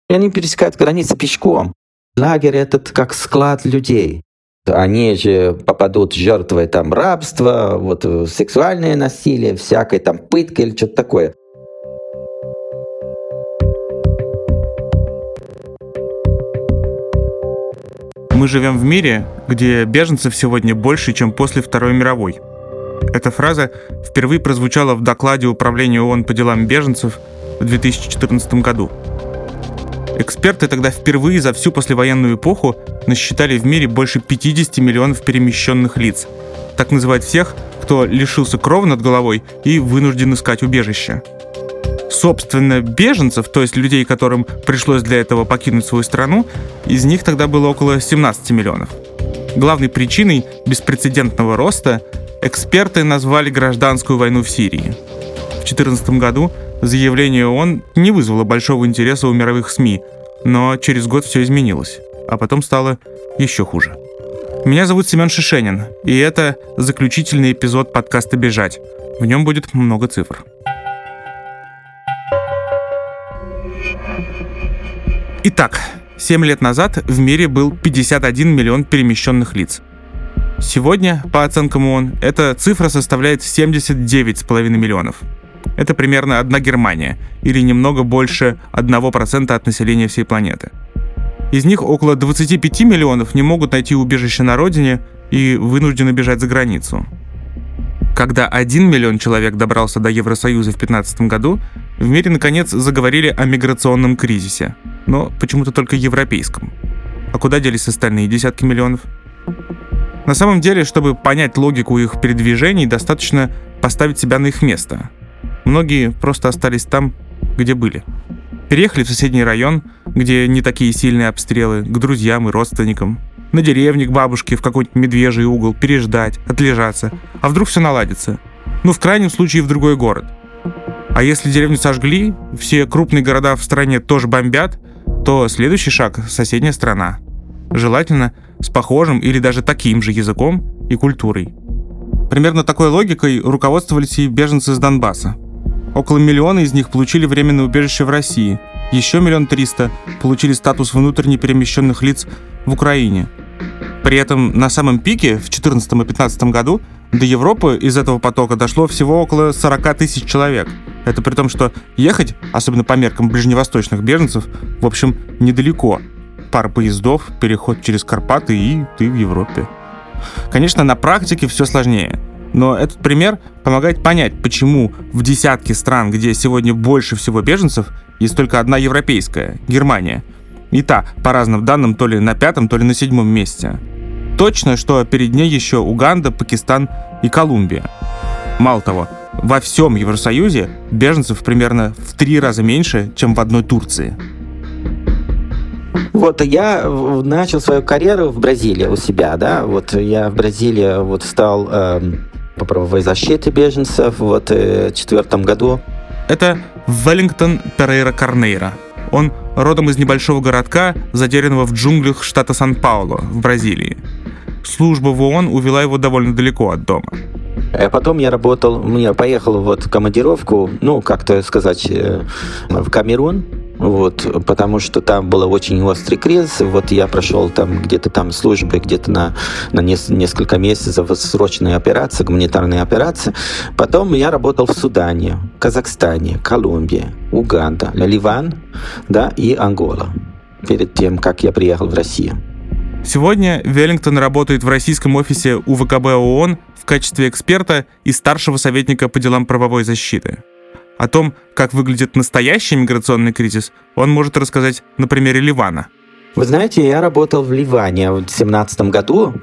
И они пересекают границы пешком. Лагерь этот как склад людей. Они же попадут жертвой там рабства, вот сексуальное насилие, всякой там пытки или что-то такое. Мы живем в мире, где беженцев сегодня больше, чем после Второй мировой. Эта фраза впервые прозвучала в докладе Управления ООН по делам беженцев в 2014 году. Эксперты тогда впервые за всю послевоенную эпоху насчитали в мире больше 50 миллионов перемещенных лиц. Так называют всех, кто лишился крова над головой и вынужден искать убежище. Собственно, беженцев, то есть людей, которым пришлось для этого покинуть свою страну, из них тогда было около 17 миллионов. Главной причиной беспрецедентного роста эксперты назвали гражданскую войну в Сирии. В 2014 году заявление ООН не вызвало большого интереса у мировых СМИ, но через год все изменилось, а потом стало еще хуже. Меня зовут Семен Шишенин, и это заключительный эпизод подкаста «Бежать». В нем будет много цифр. Итак, 7 лет назад в мире был 51 миллион перемещенных лиц. Сегодня, по оценкам ООН, эта цифра составляет 79,5 миллионов. Это примерно одна Германия, или немного больше 1% от населения всей планеты. Из них около 25 миллионов не могут найти убежище на родине и вынуждены бежать за границу. Когда 1 миллион человек добрался до Евросоюза в 2015 году, в мире наконец заговорили о миграционном кризисе, но почему-то только европейском. А куда делись остальные десятки миллионов? На самом деле, чтобы понять логику их передвижений, достаточно поставить себя на их место. Многие просто остались там, где были. Переехали в соседний район, где не такие сильные обстрелы, к друзьям и родственникам. На деревне к бабушке в какой-нибудь медвежий угол, переждать, отлежаться. А вдруг все наладится? Ну, в крайнем случае, в другой город. А если деревню сожгли, все крупные города в стране тоже бомбят, то следующий шаг — соседняя страна. Желательно с похожим или даже таким же языком и культурой. Примерно такой логикой руководствовались и беженцы из Донбасса. Около миллиона из них получили временное убежище в России. Еще 1 300 000 получили статус внутренне перемещенных лиц в Украине. При этом на самом пике в 2014 и 2015 году до Европы из этого потока дошло всего около 40 тысяч человек. Это при том, что ехать, особенно по меркам ближневосточных беженцев, в общем, недалеко. Пара поездов, переход через Карпаты, и ты в Европе. Конечно, на практике все сложнее. Но этот пример помогает понять, почему в десятке стран, где сегодня больше всего беженцев, есть только одна европейская — Германия. И та, по разным данным, то ли на 5-м, то ли на 7-м месте. Точно, что перед ней еще Уганда, Пакистан и Колумбия. Мало того, во всем Евросоюзе беженцев примерно в 3 раза меньше, чем в одной Турции. Вот я начал свою карьеру в Бразилии у себя, да, вот я в Бразилии стал по правовой защите беженцев в 2004 году. Это Веллингтон Перейра Карнейра. Он родом из небольшого городка, затерянного в джунглях штата Сан-Паулу в Бразилии. Служба в ООН увела его довольно далеко от дома. А потом я поехал в командировку, как-то сказать, в Камерун. Потому что там был очень острый кризис. Я прошел там где-то службы, где-то на несколько месяцев срочные операции, гуманитарные операции. Потом я работал в Судане, Казахстане, Колумбии, Уганда, Ливан, да, и Ангола. Перед тем, как я приехал в Россию. Сегодня Веллингтон работает в российском офисе УВКБ ООН в качестве эксперта и старшего советника по делам правовой защиты. О том, как выглядит настоящий миграционный кризис, он может рассказать на примере Ливана. Вы знаете, я работал в Ливане в 2017 году,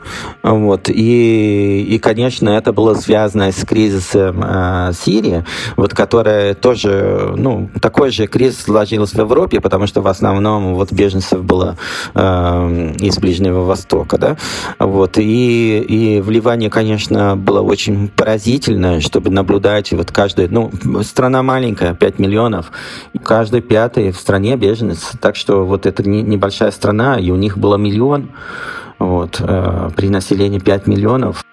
и, конечно, это было связано с кризисом Сирии, которая тоже, такой же кризис сложился в Европе, потому что в основном беженцев было из Ближнего Востока, да, и в Ливане, конечно, было очень поразительно, чтобы наблюдать каждый, страна маленькая, 5 миллионов, каждый 5-й в стране беженец, так что это небольшая страна, и у них было 1 миллион, при населении 5 миллионов.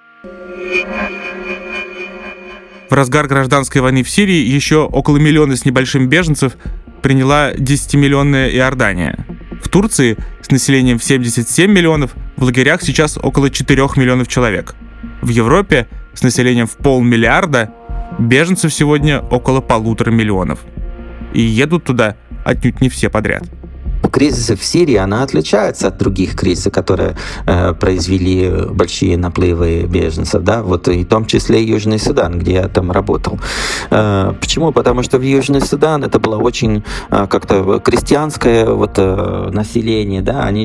В разгар гражданской войны в Сирии еще около 1 миллиона с небольшим беженцев приняла 10-миллионная Иордания. В Турции с населением в 77 миллионов в лагерях сейчас около 4 миллионов человек. В Европе с населением в 500 миллиона беженцев сегодня около 1,5 миллиона. И едут туда отнюдь не все подряд. Кризис в Сирии, она отличается от других кризисов, которые произвели большие наплывы беженцев, да, вот и в том числе и Южный Судан, где я там работал. Почему? Потому что в Южный Судан это было очень как-то крестьянское вот население, да, они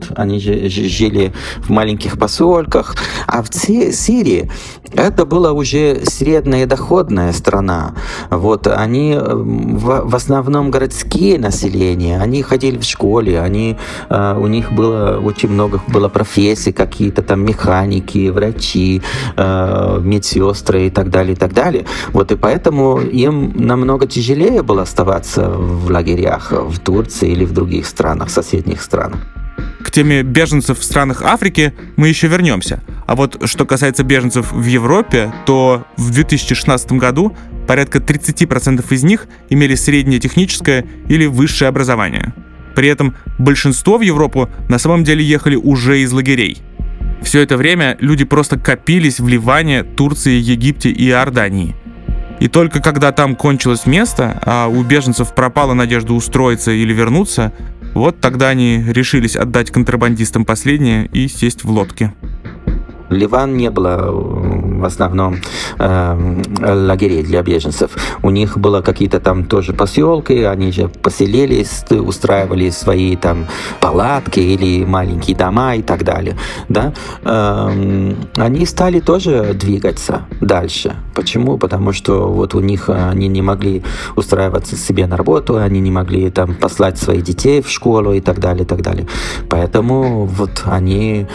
жили в маленьких поселках, а в Сирии это была уже средняя доходная страна. Вот они в основном городские населения, они ходили в школе, у них было очень много было профессий, какие-то там механики, врачи, медсестры и так далее, и так далее. Вот и поэтому им намного тяжелее было оставаться в лагерях в Турции или в других странах, соседних странах. К теме беженцев в странах Африки мы еще вернемся. А вот что касается беженцев в Европе, то в 2016 году порядка 30% из них имели среднее техническое или высшее образование. При этом большинство в Европу на самом деле ехали уже из лагерей. Все это время люди просто копились в Ливане, Турции, Египте и Иордании. И только когда там кончилось место, а у беженцев пропала надежда устроиться или вернуться, вот тогда они решились отдать контрабандистам последнее и сесть в лодки. Ливан не было в основном лагерей для беженцев. У них было какие-то там тоже поселки, они же поселились, устраивали свои там палатки или маленькие дома и так далее. Да? Они стали тоже двигаться дальше. Почему? Потому что вот у них они не могли устраиваться себе на работу, они не могли там послать своих детей в школу и так далее, и так далее. Поэтому вот они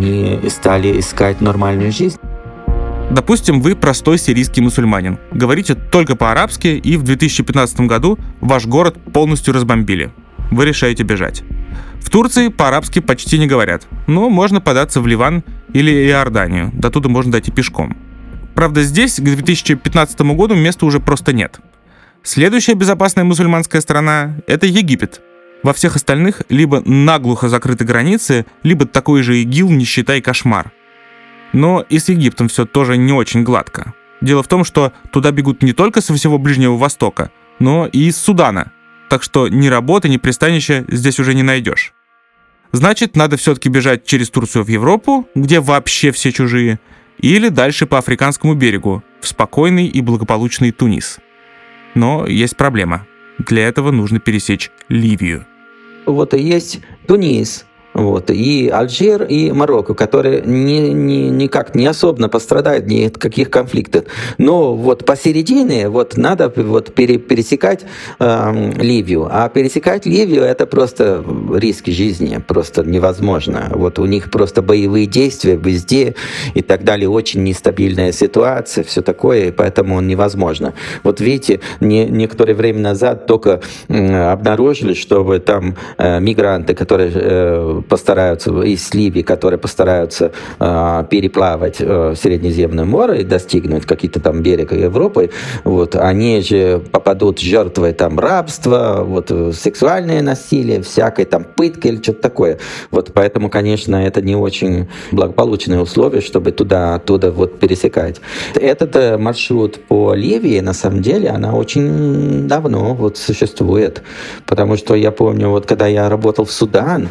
стали искать нормальную жизнь. Допустим, вы простой сирийский мусульманин. Говорите только по-арабски, и в 2015 году ваш город полностью разбомбили. Вы решаете бежать. В Турции по-арабски почти не говорят, но можно податься в Ливан или Иорданию. До туда можно дойти пешком. Правда, здесь к 2015 году места уже просто нет. Следующая безопасная мусульманская страна — это Египет. Во всех остальных либо наглухо закрыты границы, либо такой же ИГИЛ, нищета и кошмар. Но и с Египтом все тоже не очень гладко. Дело в том, что туда бегут не только со всего Ближнего Востока, но и из Судана. Так что ни работы, ни пристанища здесь уже не найдешь. Значит, надо все-таки бежать через Турцию в Европу, где вообще все чужие, или дальше по Африканскому берегу, в спокойный и благополучный Тунис. Но есть проблема. Для этого нужно пересечь Ливию. Вот и есть Тунис. Вот. И Алжир, и Марокко, которые никак не особенно пострадают ни от каких конфликтов. Но вот посередине вот надо вот пересекать Ливию. А пересекать Ливию — это просто риски жизни, просто невозможно. Вот у них просто боевые действия везде и так далее, очень нестабильная ситуация, все такое, и поэтому невозможно. Вот видите, некоторое время назад только обнаружили, что там мигранты, которые постараются из Ливии, которые постараются переплавать Средиземное море и достигнуть какие-то там берега Европы, вот, они же попадут жертвой там рабства, вот, сексуальное насилие, всякой там пытки или что-то такое. Вот, поэтому, конечно, это не очень благополучные условия, чтобы оттуда вот пересекать. Этот маршрут по Ливии, на самом деле, она очень давно вот существует, потому что я помню, вот когда я работал в Судане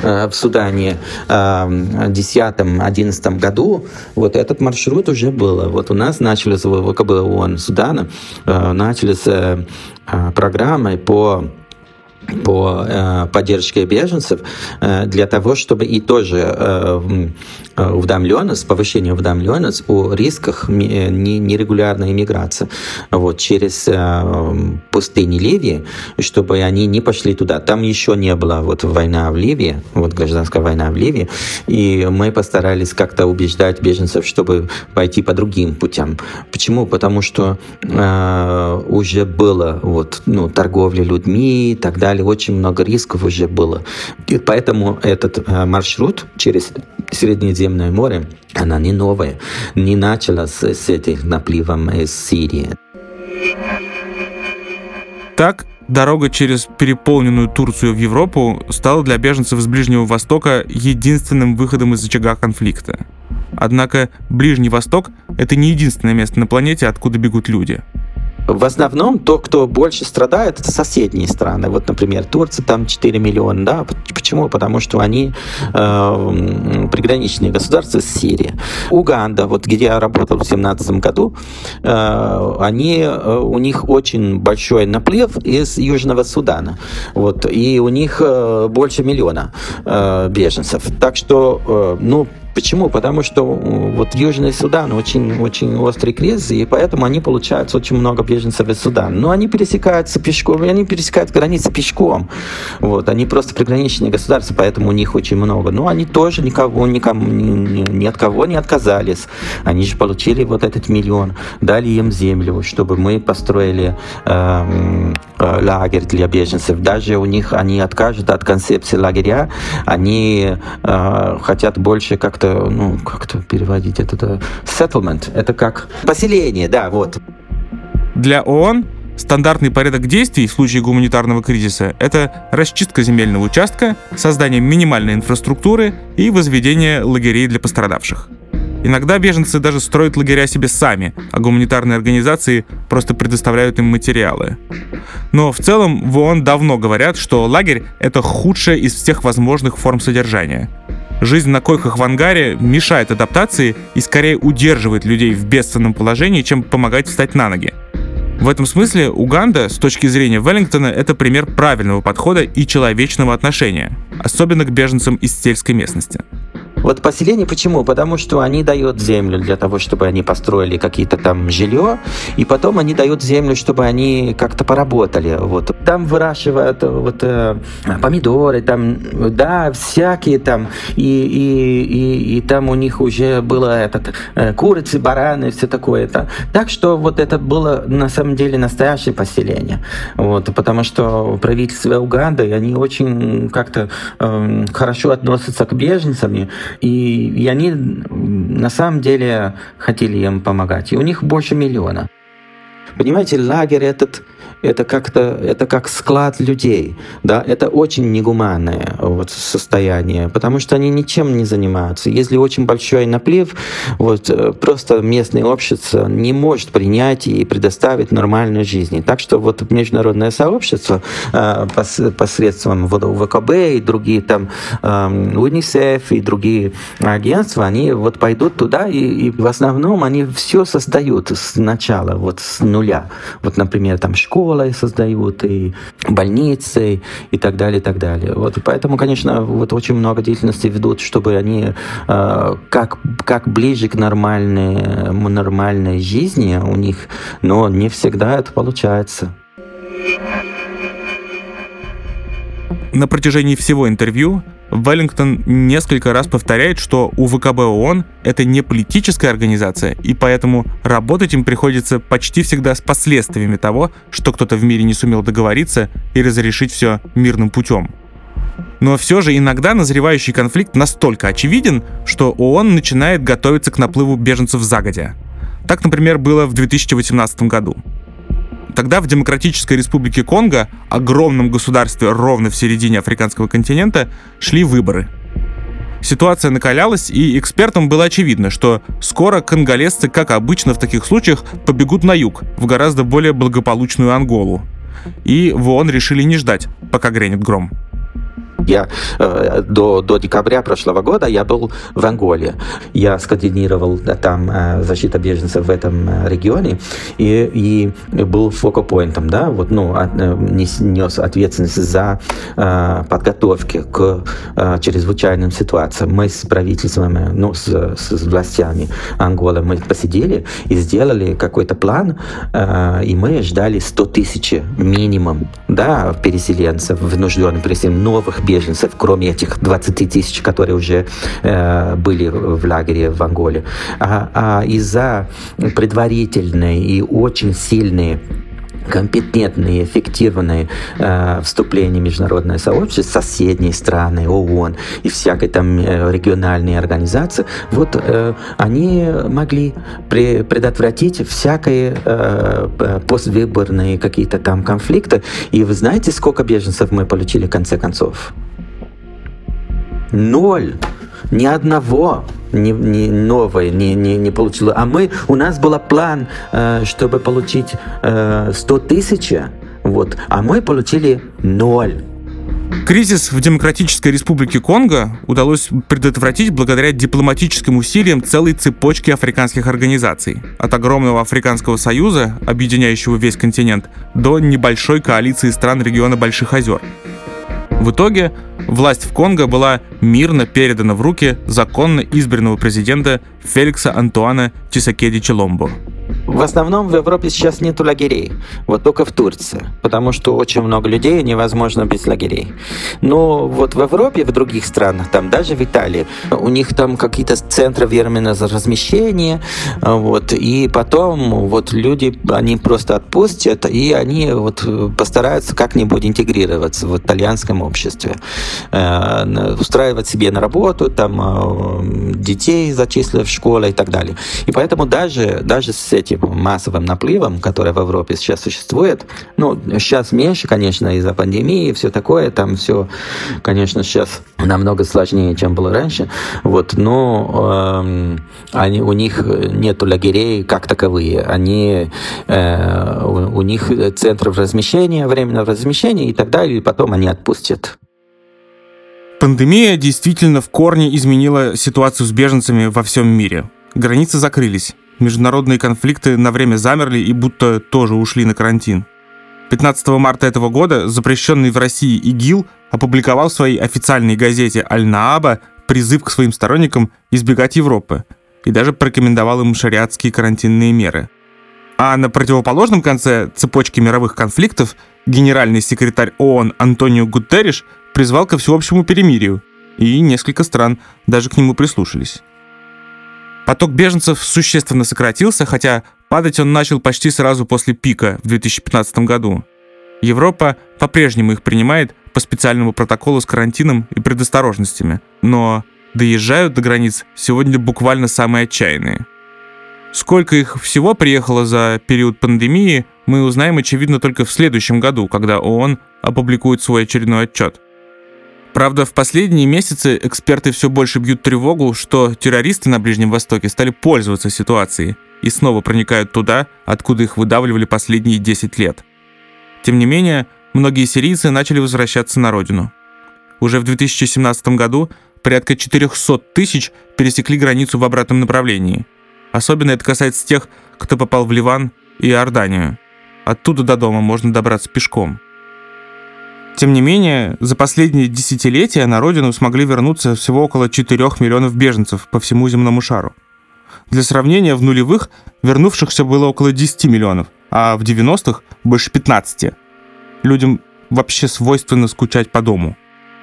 в 2010-2011 году, вот этот маршрут уже был. Вот у нас начались в ВКБ ООН Судана начались программы по поддержке беженцев для того, чтобы и тоже уведомленность, повышение уведомленности о рисках нерегулярной иммиграции вот, через пустыни Ливии, чтобы они не пошли туда. Там еще не было вот война в Ливии, вот гражданская война в Ливии, и мы постарались как-то убеждать беженцев, чтобы пойти по другим путям. Почему? Потому что уже было вот, торговля людьми и так далее, очень много рисков уже было. И поэтому этот маршрут через Средиземное море, она не новая, не началась с этих напливом из Сирии. Так, Дорога через переполненную Турцию в Европу стала для беженцев с Ближнего Востока единственным выходом из очага конфликта. Однако Ближний Восток — это не единственное место на планете, откуда бегут люди. В основном, кто больше страдает, это соседние страны. Вот, например, Турция, там 4 миллиона, да. Почему? Потому что они приграничные государства с Сирией. Уганда, вот где я работал в 2017 году, у них очень большой наплыв из Южного Судана. Вот, и у них больше миллиона беженцев. Так что, почему? Потому что вот Южный Судан очень, очень острый кризис, и поэтому они получают очень много беженцев из Судана. Но они пересекаются пешком, они пересекают границы пешком. Вот, они просто приграничные государства, поэтому у них очень много. Но они тоже ни от кого не отказались. Они же получили вот этот миллион, дали им землю, чтобы мы построили лагерь для беженцев. Даже у них они откажут от концепции лагеря, они хотят больше как-то переводить это settlement, это как поселение, да, вот. Для ООН стандартный порядок действий в случае гуманитарного кризиса — это расчистка земельного участка, создание минимальной инфраструктуры и возведение лагерей для пострадавших. Иногда беженцы даже строят лагеря себе сами, а гуманитарные организации просто предоставляют им материалы. Но в целом в ООН давно говорят, что лагерь — это худшая из всех возможных форм содержания. Жизнь на койках в ангаре мешает адаптации и скорее удерживает людей в бедственном положении, чем помогать встать на ноги. В этом смысле Уганда, с точки зрения Веллингтона, это пример правильного подхода и человечного отношения, особенно к беженцам из сельской местности. Вот поселение почему? Потому что они дают землю для того, чтобы они построили какие-то там жилье, и потом они дают землю, чтобы они как-то поработали. Вот. Там выращивают помидоры, там, да, всякие там, и там у них уже было курицы, бараны, все такое. Так что вот это было на самом деле настоящее поселение. Вот, потому что правительство Уганды, они очень как-то хорошо относятся к беженцам, и они на самом деле хотели им помогать. И у них больше миллиона. Понимаете, лагерь это как склад людей, да, это очень негуманное состояние, потому что они ничем не занимаются. Если очень большой наплыв, просто местное общество не может принять и предоставить нормальную жизнь. Так что международное сообщество посредством ВКБ и другие там УНИСЕФ и другие агентства, они пойдут туда и в основном они все создают с начала, с нуля. Например, там школы создают, и больницы, и так далее, и так далее. И поэтому, конечно, очень много деятельности ведут, чтобы они как ближе к нормальной жизни у них, но не всегда это получается. На протяжении всего интервью Веллингтон несколько раз повторяет, что УВКБ ООН — это не политическая организация, и поэтому работать им приходится почти всегда с последствиями того, что кто-то в мире не сумел договориться и разрешить все мирным путем. Но все же иногда назревающий конфликт настолько очевиден, что ООН начинает готовиться к наплыву беженцев загодя. Так, например, было в 2018 году. Тогда в Демократической Республике Конго, огромном государстве ровно в середине африканского континента, шли выборы. Ситуация накалялась, и экспертам было очевидно, что скоро конголезцы, как обычно в таких случаях, побегут на юг, в гораздо более благополучную Анголу. И в ООН решили не ждать, пока грянет гром. Я до декабря прошлого года я был в Анголе. Я скоординировал там защиту беженцев в этом регионе и был фокопоинтом, да, нес ответственность за подготовки к чрезвычайным ситуациям. Мы с правительством, с властями Анголы мы посидели и сделали какой-то план, и мы ждали 100 тысяч минимум, да, переселенцев, вынужденных переселенцев, новых беженцев, кроме этих 20 тысяч, которые уже были в лагере в Анголе. А из-за предварительной и очень сильной компетентные, эффективные вступления в международное сообщество, соседние страны, ООН и всякой там региональные организации, вот они могли предотвратить всякие поствыборные какие-то там конфликты. И вы знаете, сколько беженцев мы получили в конце концов? 0. Ни одного новое не получило. А у нас был план, чтобы получить 100 тысяч, вот, а мы получили 0. Кризис в Демократической Республике Конго удалось предотвратить благодаря дипломатическим усилиям целой цепочки африканских организаций. От огромного Африканского союза, объединяющего весь континент, до небольшой коалиции стран региона Больших озер. В итоге власть в Конго была мирно передана в руки законно избранного президента Феликса Антуана Тшисекеди Чиломбо. В основном в Европе сейчас нету лагерей, вот только в Турции, потому что очень много людей, невозможно без лагерей. Но вот в Европе, в других странах, там даже в Италии, у них там какие-то центры временного размещения, вот, и потом вот люди, они просто отпустят, и они вот постараются как-нибудь интегрироваться в итальянском обществе, устраивать себе на работу, там детей зачислить в школу и так далее. И поэтому даже с этим массовым наплывом, который в Европе сейчас существует, ну, сейчас меньше, конечно, из-за пандемии и все такое, там все, конечно, сейчас намного сложнее, чем было раньше, вот, но у них нет лагерей как таковые, у них центров размещения, временного размещения и так далее, и потом они отпустят. Пандемия действительно в корне изменила ситуацию с беженцами во всем мире. Границы закрылись. Международные конфликты на время замерли и будто тоже ушли на карантин. 15 марта этого года запрещенный в России ИГИЛ опубликовал в своей официальной газете «Аль-Нааба» призыв к своим сторонникам избегать Европы и даже порекомендовал им шариатские карантинные меры. А на противоположном конце цепочки мировых конфликтов генеральный секретарь ООН Антонио Гутерриш призвал ко всеобщему перемирию, и несколько стран даже к нему прислушались. Поток беженцев существенно сократился, хотя падать он начал почти сразу после пика в 2015 году. Европа по-прежнему их принимает по специальному протоколу с карантином и предосторожностями, но доезжают до границ сегодня буквально самые отчаянные. Сколько их всего приехало за период пандемии, мы узнаем, очевидно, только в следующем году, когда ООН опубликует свой очередной отчет. Правда, в последние месяцы эксперты все больше бьют тревогу, что террористы на Ближнем Востоке стали пользоваться ситуацией и снова проникают туда, откуда их выдавливали последние 10 лет. Тем не менее, многие сирийцы начали возвращаться на родину. Уже в 2017 году порядка 400 тысяч пересекли границу в обратном направлении. Особенно это касается тех, кто попал в Ливан и Иорданию. Оттуда до дома можно добраться пешком. Тем не менее, за последние десятилетия на родину смогли вернуться всего около 4 миллионов беженцев по всему земному шару. Для сравнения, в нулевых вернувшихся было около 10 миллионов, а в 90-х больше 15. Людям вообще свойственно скучать по дому.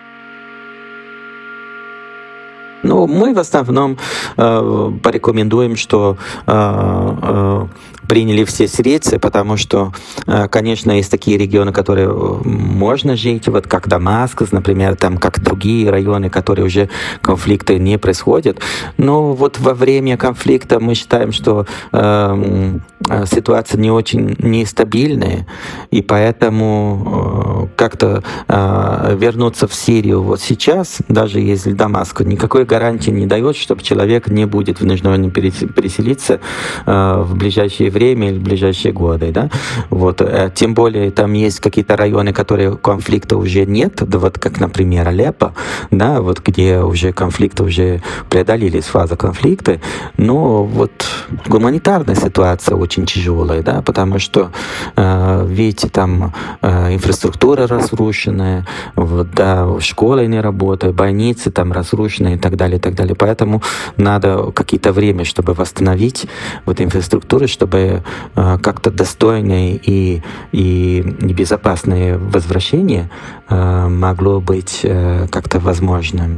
Ну, мы в основном порекомендуем, что приняли все сирийцы, потому что, конечно, есть такие регионы, которые можно жить, вот как Дамаск, например, там как другие районы, которые уже конфликты не происходят. Но вот во время конфликта мы считаем, что ситуация не очень нестабильная, и поэтому как-то вернуться в Сирию вот сейчас, даже если Дамаск, никакой гарантии не дает, чтобы человек не будет вынужден переселиться в ближайшее время или в ближайшие годы. Да? Вот. Тем более там есть какие-то районы, которые конфликта уже нет, да, вот как, например, Алеппо, да, вот, где уже конфликты уже преодолелись, фаза конфликта, но вот гуманитарная ситуация очень тяжелая, да, потому что, видите, там инфраструктура разрушенная, вот, да, школы не работают, больницы там разрушены и так далее, и так далее. Поэтому надо какие-то время, чтобы восстановить вот инфраструктуру, чтобы как-то достойное и безопасное возвращение могло быть как-то возможным.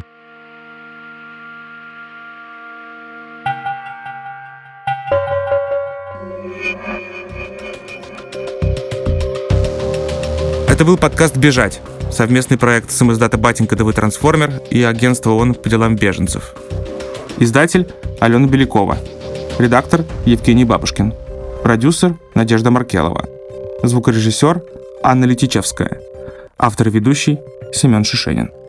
Это был подкаст «Бежать», совместный проект самиздата «Батенька ДВ Трансформер» и агентства ООН по делам беженцев. Издатель Алена Белякова. Редактор Евгений Бабушкин. Продюсер Надежда Маркелова. Звукорежиссер Анна Летичевская. Автор и ведущий Семен Шишенин.